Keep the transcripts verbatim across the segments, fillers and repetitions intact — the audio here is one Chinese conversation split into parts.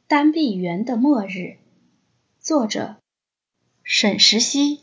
丹碧园的末日，作者沈石溪。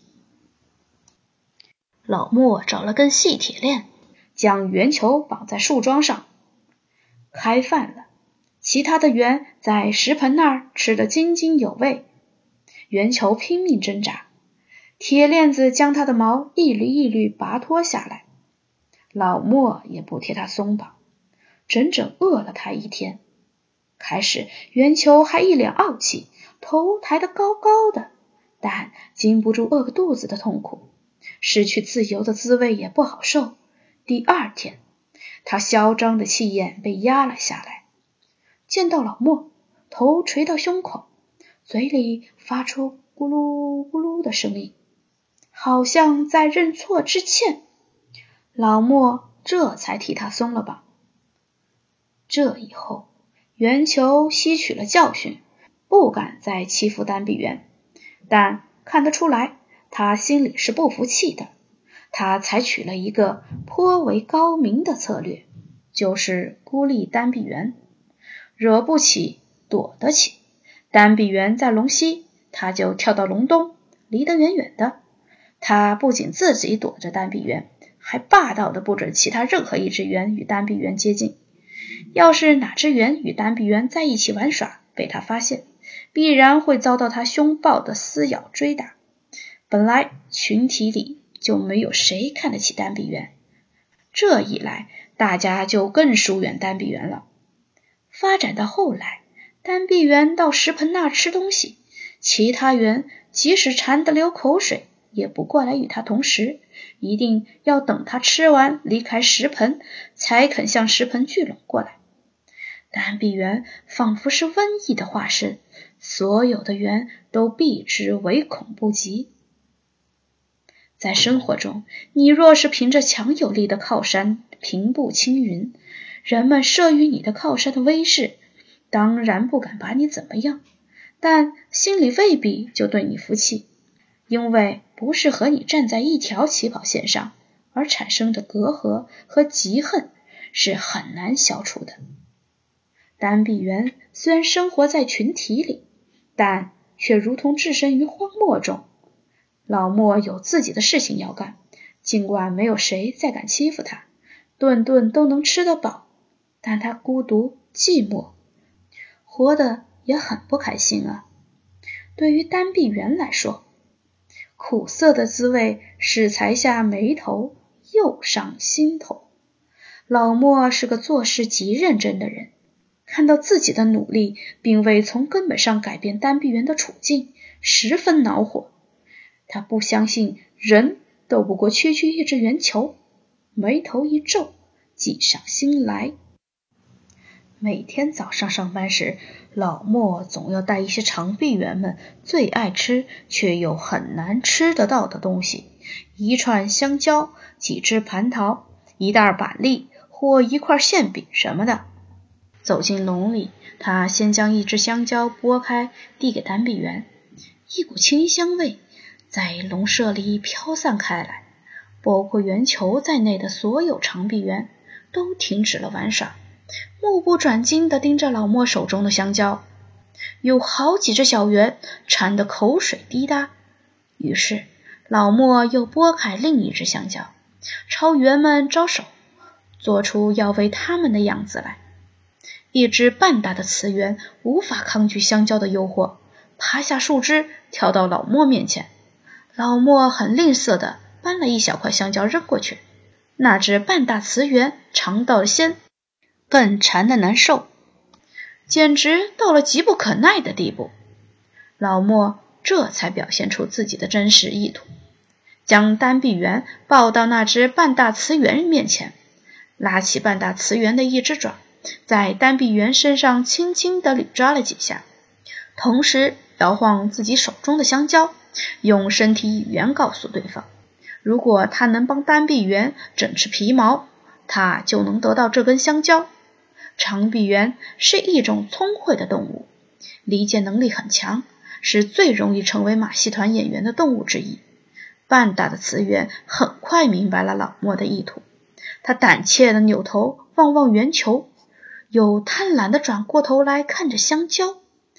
老莫找了根细铁链，将圆球绑在树桩上。开饭了，其他的圆在石盆那儿吃得津津有味。圆球拼命挣扎，铁链子将它的毛一缕一缕拔脱下来。老莫也不替它松绑，整整饿了他一天。开始圆球还一脸傲气，头抬得高高的，但经不住饿个肚子的痛苦，失去自由的滋味也不好受。第二天，他嚣张的气焰被压了下来，见到老莫，头垂到胸口，嘴里发出咕噜咕噜的声音，好像在认错之歉。老莫这才替他松了绑。这以后，圆球吸取了教训，不敢再欺负丹碧园，但看得出来，他心里是不服气的。他采取了一个颇为高明的策略，就是孤立丹碧园，惹不起躲得起。丹碧园在龙西，他就跳到龙东，离得远远的。他不仅自己躲着丹碧园，还霸道的不准其他任何一只猿与丹碧园接近。要是哪只猿与丹碧园在一起玩耍，被他发现，必然会遭到他凶暴的撕咬追打。本来群体里就没有谁看得起丹碧园，这一来大家就更疏远丹碧园了。发展到后来，丹碧园到石盆那吃东西，其他猿即使馋得流口水，也不过来与他同食，一定要等他吃完离开石盆，才肯向石盆聚拢过来。丹碧园仿佛是瘟疫的化身，所有的猿都避之唯恐不及。在生活中，你若是凭着强有力的靠山平步青云，人们慑于你的靠山的威势，当然不敢把你怎么样，但心里未必就对你服气，因为不是和你站在一条起跑线上，而产生的隔阂和嫉恨是很难消除的。丹碧园虽然生活在群体里，但却如同置身于荒漠中。老莫有自己的事情要干，尽管没有谁再敢欺负他，顿顿都能吃得饱，但他孤独寂寞，活得也很不开心啊。对于丹碧园来说，苦涩的滋味是才下眉头，又上心头。老莫是个做事极认真的人，看到自己的努力并未从根本上改变丹碧园的处境，十分恼火。他不相信人斗不过区区一只圆球，眉头一皱，计上心来。每天早上上班时，老莫总要带一些长臂猿们最爱吃却又很难吃得到的东西，一串香蕉，几只蟠桃，一袋板栗或一块馅饼什么的。走进笼里，他先将一只香蕉剥开，递给丹碧园，一股清香味在笼舍里飘散开来，包括圆球在内的所有长臂猿都停止了玩耍，目不转睛地盯着老莫手中的香蕉。有好几只小猿馋得口水滴答，于是老莫又拨开另一只香蕉，朝猿们招手，做出要喂他们的样子来。一只半大的雌猿无法抗拒香蕉的诱惑，爬下树枝跳到老莫面前。老莫很吝啬地搬了一小块香蕉扔过去，那只半大雌猿尝到了鲜，更馋得难受，简直到了急不可耐的地步。老莫这才表现出自己的真实意图，将丹碧园抱到那只半大雌猿面前，拉起半大雌猿的一只爪，在丹碧园身上轻轻地捋抓了几下，同时摇晃自己手中的香蕉，用身体语言告诉对方，如果他能帮丹碧园整治皮毛，他就能得到这根香蕉。长臂猿是一种聪慧的动物，理解能力很强，是最容易成为马戏团演员的动物之一。半大的雌猿很快明白了老莫的意图，他胆怯地扭头望望圆球，又贪婪地转过头来看着香蕉。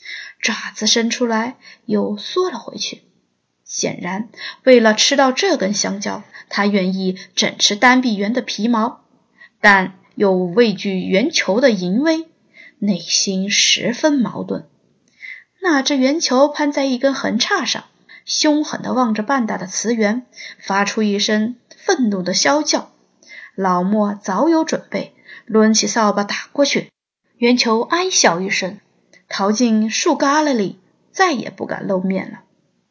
爪子伸出来又缩了回去。显然为了吃到这根香蕉，他愿意整吃单臂猿的皮毛，但又畏惧圆球的淫威，内心十分矛盾。那只圆球攀在一根横叉上，凶狠地望着半大的雌猿，发出一声愤怒的啸叫。老莫早有准备，抡起扫把打过去。圆球哀笑一声，逃进树旮旯里，再也不敢露面了。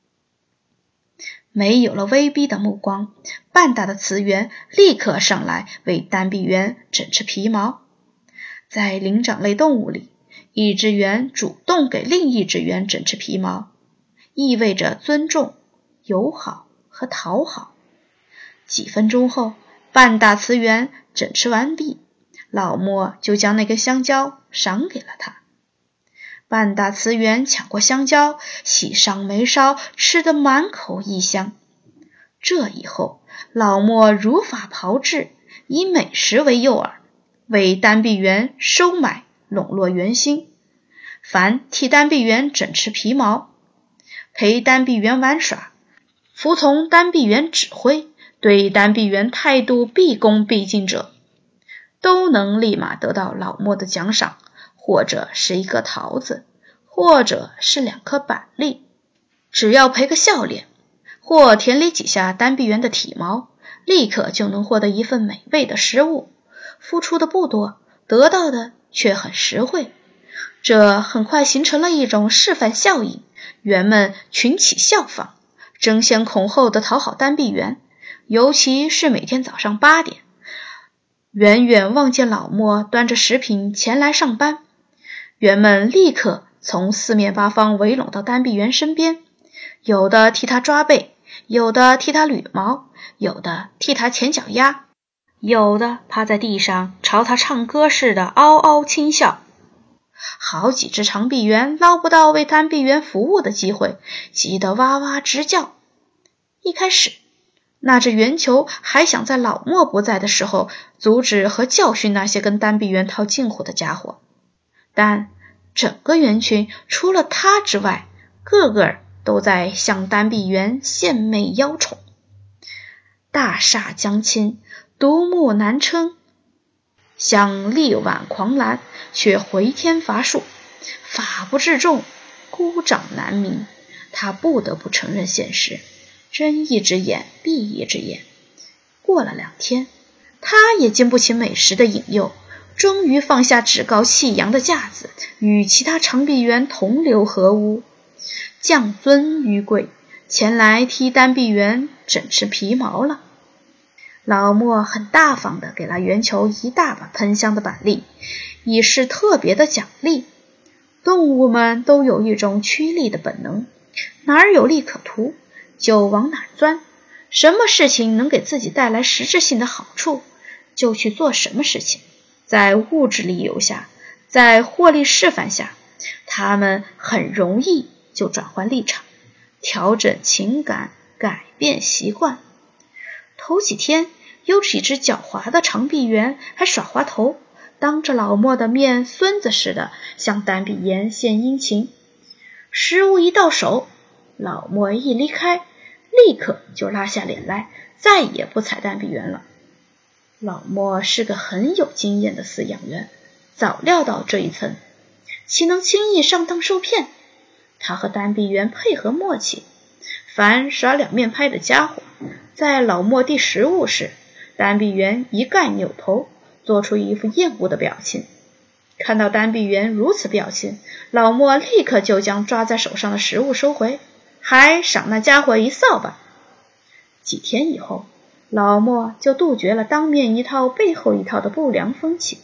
没有了威逼的目光，半大的雌猿立刻上来为单臂猿整吃皮毛。在灵长类动物里，一只猿主动给另一只猿整吃皮毛，意味着尊重、友好和讨好。几分钟后，半大雌猿整吃完毕，老莫就将那根香蕉赏给了他。半大雌猿抢过香蕉，喜上眉梢，吃得满口异香。这以后，老莫如法炮制，以美食为诱饵，为单臂猿收买笼络猿心。凡替单臂猿整吃皮毛，陪单臂猿玩耍，服从单臂猿指挥，对单臂猿态度毕恭毕敬者，都能立马得到老莫的奖赏，或者是一个桃子，或者是两颗板栗。只要赔个笑脸，或舔理几下单臂猿的体毛，立刻就能获得一份美味的食物。付出的不多，得到的却很实惠。这很快形成了一种示范效应，猿们群起效仿，争先恐后地讨好单臂猿。尤其是每天早上八点，远远望见老莫端着食品前来上班，猿们立刻从四面八方围拢到单臂猿身边，有的替他抓背，有的替他捋毛，有的替他前脚丫，有的趴在地上朝他唱歌似的嗷嗷轻笑。好几只长臂猿捞不到为单臂猿服务的机会，急得哇哇直叫。一开始，那只圆球还想在老莫不在的时候阻止和教训那些跟单臂猿套近乎的家伙，但整个猿群除了他之外，个个都在向单臂猿献媚邀宠。大厦将倾，独木难撑，想力挽狂澜，却回天乏术，法不至众，孤掌难鸣。他不得不承认现实，睁一只眼闭一只眼。过了两天，他也经不起美食的引诱，终于放下趾高气扬的架子，与其他长臂猿同流合污，降尊于贵，前来替单臂猿整吃皮毛了。老莫很大方地给了圆球一大把喷香的板栗，以示特别的奖励。动物们都有一种趋利的本能，哪儿有利可图就往哪儿钻，什么事情能给自己带来实质性的好处，就去做什么事情。在物质利诱下，在获利示范下，他们很容易就转换立场，调整情感，改变习惯。头几天，有几只狡猾的长臂猿还耍滑头，当着老莫的面孙子似的向单臂猿献殷勤。食物一到手，老莫一离开，立刻就拉下脸来，再也不踩单臂猿了。老莫是个很有经验的饲养员，早料到这一层，岂能轻易上当受骗？他和单臂猿配合默契，凡耍两面拍的家伙，在老莫递食物时，单臂猿一概扭头，做出一副厌恶的表情。看到单臂猿如此表情，老莫立刻就将抓在手上的食物收回，还赏那家伙一扫把。几天以后，老莫就杜绝了当面一套背后一套的不良风气。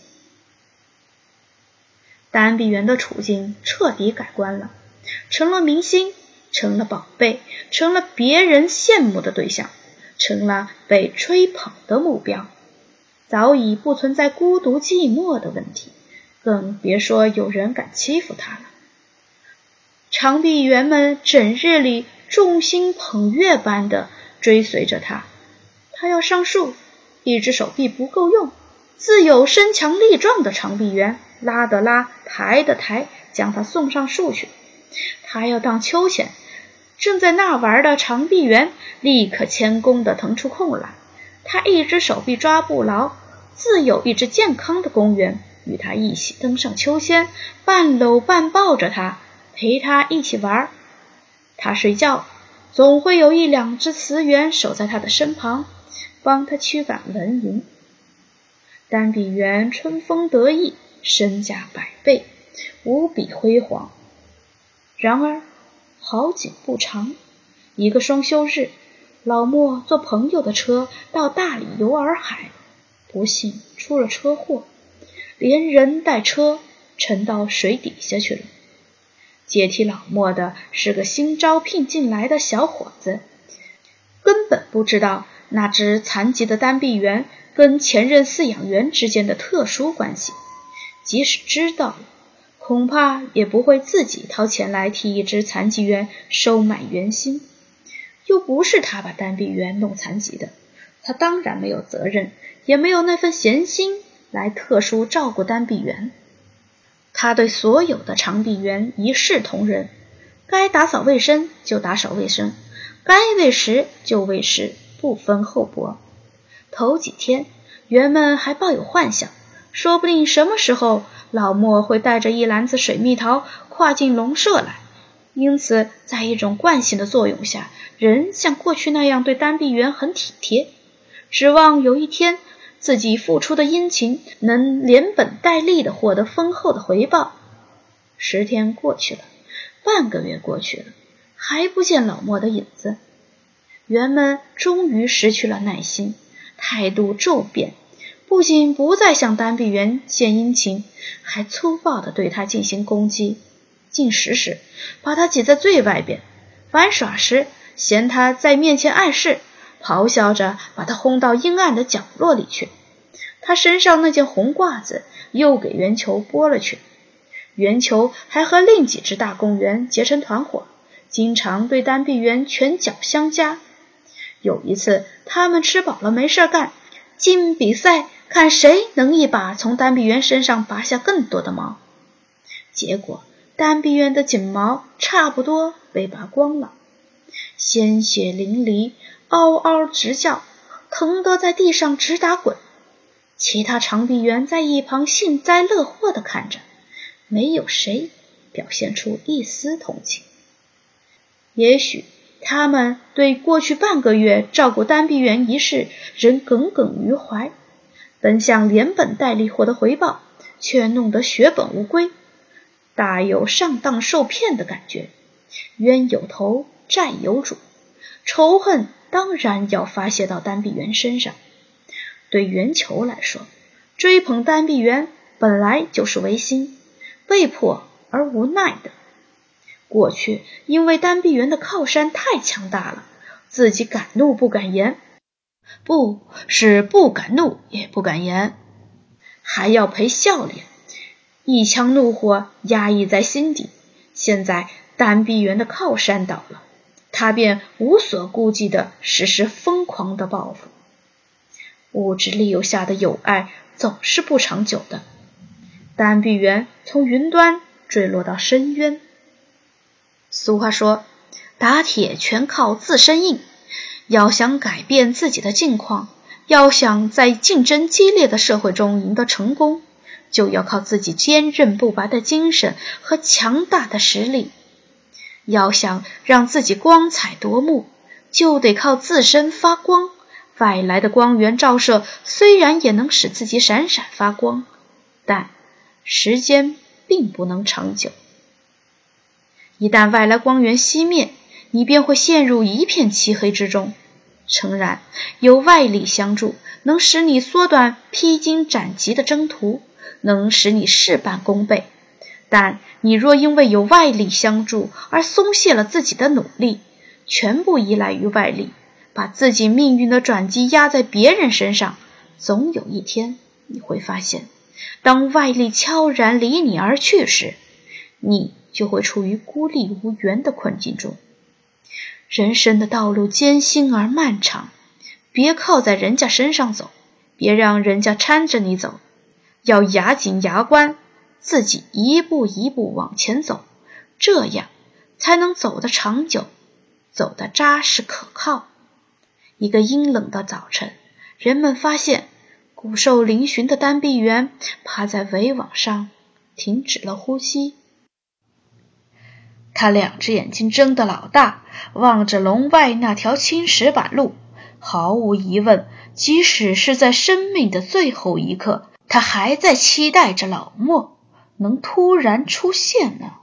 单臂猿的处境彻底改观了，成了明星，成了宝贝，成了别人羡慕的对象，成了被吹捧的目标，早已不存在孤独寂寞的问题，更别说有人敢欺负他了。长臂猿们整日里众星捧月般的追随着他，他要上树，一只手臂不够用，自有身强力壮的长臂猿拉的拉，抬的抬，将他送上树去。 他要荡秋千，正在那玩的长臂猿立刻谦恭地腾出空来，他一只手臂抓不牢，自有一只健康的公园与他一起登上秋千，半搂半抱着他，陪他一起玩。他睡觉，总会有一两只雌猿守在他的身旁，帮他驱赶蚊蝇。丹比猿春风得意，身价百倍，无比辉煌。然而好景不长，一个双休日，老莫坐朋友的车到大理游洱海，不幸出了车祸，连人带车沉到水底下去了。接替老莫的是个新招聘进来的小伙子，根本不知道那只残疾的丹臂猿跟前任饲养员之间的特殊关系，即使知道了，恐怕也不会自己掏钱来替一只残疾猿收买猿心。又不是他把丹臂猿弄残疾的，他当然没有责任，也没有那份闲心来特殊照顾丹臂猿。他对所有的长臂猿一视同仁，该打扫卫生就打扫卫生，该喂食就喂食，不分厚薄。头几天猿们还抱有幻想，说不定什么时候老莫会带着一篮子水蜜桃跨进笼舍来，因此在一种惯性的作用下，人像过去那样对丹臂猿很体贴，指望有一天自己付出的殷勤能连本带利地获得丰厚的回报。十天过去了，半个月过去了，还不见老莫的影子。猿们终于失去了耐心，态度骤变，不仅不再向丹臂猿献殷勤，还粗暴地对他进行攻击。进食时把他挤在最外边，玩耍时嫌他在面前碍事，咆哮着把他轰到阴暗的角落里去。他身上那件红褂子又给圆球剥了去。圆球还和另几只大公猿结成团伙，经常对丹臂猿拳脚相加。有一次他们吃饱了没事干，竟比赛看谁能一把从丹臂猿身上拔下更多的毛。结果丹臂猿的颈毛差不多被拔光了，鲜血淋漓，嗷嗷直叫，疼得在地上直打滚。其他长臂猿在一旁幸灾乐祸地看着，没有谁表现出一丝同情。也许他们对过去半个月照顾丹臂猿一事仍耿耿于怀，本想连本带利获得回报，却弄得血本无归，大有上当受骗的感觉。冤有头债有主，仇恨当然要发泄到丹臂猿身上。对圆球来说，追捧丹臂猿本来就是违心，被迫而无奈的。过去因为丹臂猿的靠山太强大了，自己敢怒不敢言，不是不敢怒也不敢言，还要陪笑脸，一腔怒火压抑在心底。现在丹臂猿的靠山倒了，他便无所顾忌地实施疯狂的报复。物质利诱下的友爱总是不长久的，丹臂猿从云端坠落到深渊。俗话说，打铁全靠自身硬，要想改变自己的境况，要想在竞争激烈的社会中赢得成功，就要靠自己坚韧不拔的精神和强大的实力。要想让自己光彩夺目，就得靠自身发光。外来的光源照射虽然也能使自己闪闪发光，但时间并不能长久。一旦外来光源熄灭，你便会陷入一片漆黑之中。诚然，有外力相助，能使你缩短披荆斩棘的征途，能使你事半功倍。但你若因为有外力相助而松懈了自己的努力，全部依赖于外力，把自己命运的转机压在别人身上，总有一天你会发现，当外力悄然离你而去时，你就会处于孤立无援的困境中。人生的道路艰辛而漫长，别靠在人家身上走，别让人家搀着你走，要牙紧牙关，自己一步一步往前走，这样才能走得长久，走得扎实可靠。一个阴冷的早晨，人们发现骨瘦嶙峋的单臂猿趴在围网上，停止了呼吸。他两只眼睛睁得老大，望着笼外那条青石板路。毫无疑问，即使是在生命的最后一刻，他还在期待着老莫能突然出现呢。